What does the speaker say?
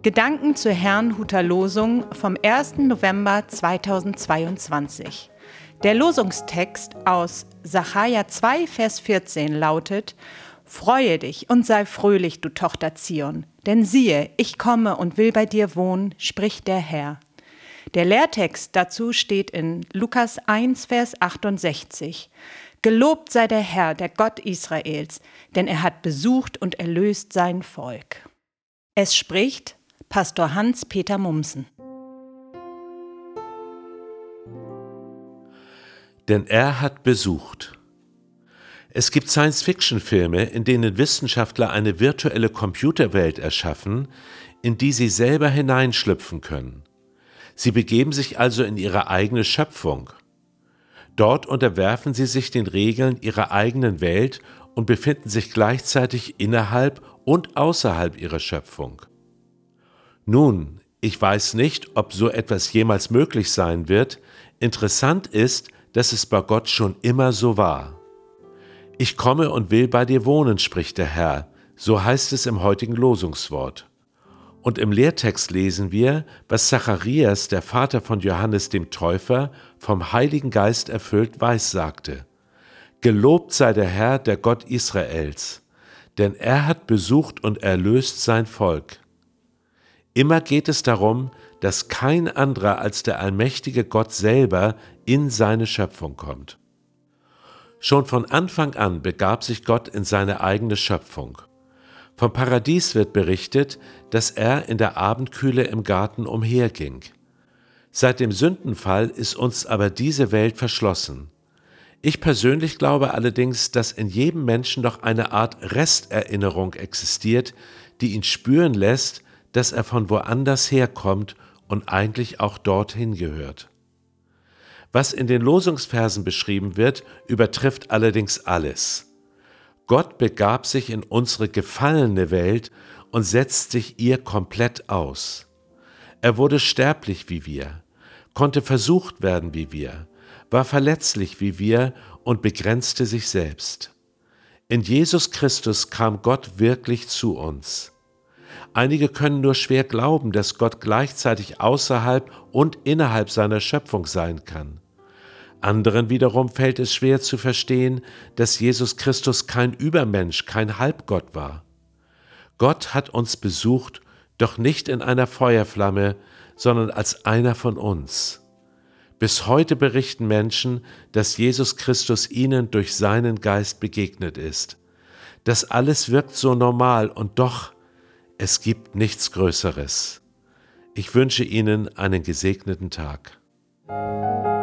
Gedanken zur Herrnhuter Losung vom 1. November 2022. Der Losungstext aus Sacharja 2, Vers 14 lautet: Freue dich und sei fröhlich, du Tochter Zion, denn siehe, ich komme und will bei dir wohnen, spricht der Herr. Der Lehrtext dazu steht in Lukas 1, Vers 68. Gelobt sei der Herr, der Gott Israels, denn er hat besucht und erlöst sein Volk. Es spricht Pastor Hans-Peter Mumsen. Denn er hat besucht. Es gibt Science-Fiction-Filme, in denen Wissenschaftler eine virtuelle Computerwelt erschaffen, in die sie selber hineinschlüpfen können. Sie begeben sich also in ihre eigene Schöpfung. Dort unterwerfen sie sich den Regeln ihrer eigenen Welt und befinden sich gleichzeitig innerhalb und außerhalb ihrer Schöpfung. Nun, ich weiß nicht, ob so etwas jemals möglich sein wird. Interessant ist, dass es bei Gott schon immer so war. Ich komme und will bei dir wohnen, spricht der Herr, so heißt es im heutigen Losungswort. Und im Lehrtext lesen wir, was Zacharias, der Vater von Johannes dem Täufer, vom Heiligen Geist erfüllt weissagte. Gelobt sei der Herr, der Gott Israels, denn er hat besucht und erlöst sein Volk. Immer geht es darum, dass kein anderer als der allmächtige Gott selber in seine Schöpfung kommt. Schon von Anfang an begab sich Gott in seine eigene Schöpfung. Vom Paradies wird berichtet, dass er in der Abendkühle im Garten umherging. Seit dem Sündenfall ist uns aber diese Welt verschlossen. Ich persönlich glaube allerdings, dass in jedem Menschen noch eine Art Resterinnerung existiert, die ihn spüren lässt, dass er von woanders herkommt und eigentlich auch dorthin gehört. Was in den Losungsversen beschrieben wird, übertrifft allerdings alles. Gott begab sich in unsere gefallene Welt und setzt sich ihr komplett aus. Er wurde sterblich wie wir, konnte versucht werden wie wir, war verletzlich wie wir und begrenzte sich selbst. In Jesus Christus kam Gott wirklich zu uns. Einige können nur schwer glauben, dass Gott gleichzeitig außerhalb und innerhalb seiner Schöpfung sein kann. Anderen wiederum fällt es schwer zu verstehen, dass Jesus Christus kein Übermensch, kein Halbgott war. Gott hat uns besucht, doch nicht in einer Feuerflamme, sondern als einer von uns. Bis heute berichten Menschen, dass Jesus Christus ihnen durch seinen Geist begegnet ist. Das alles wirkt so normal und doch, es gibt nichts Größeres. Ich wünsche Ihnen einen gesegneten Tag.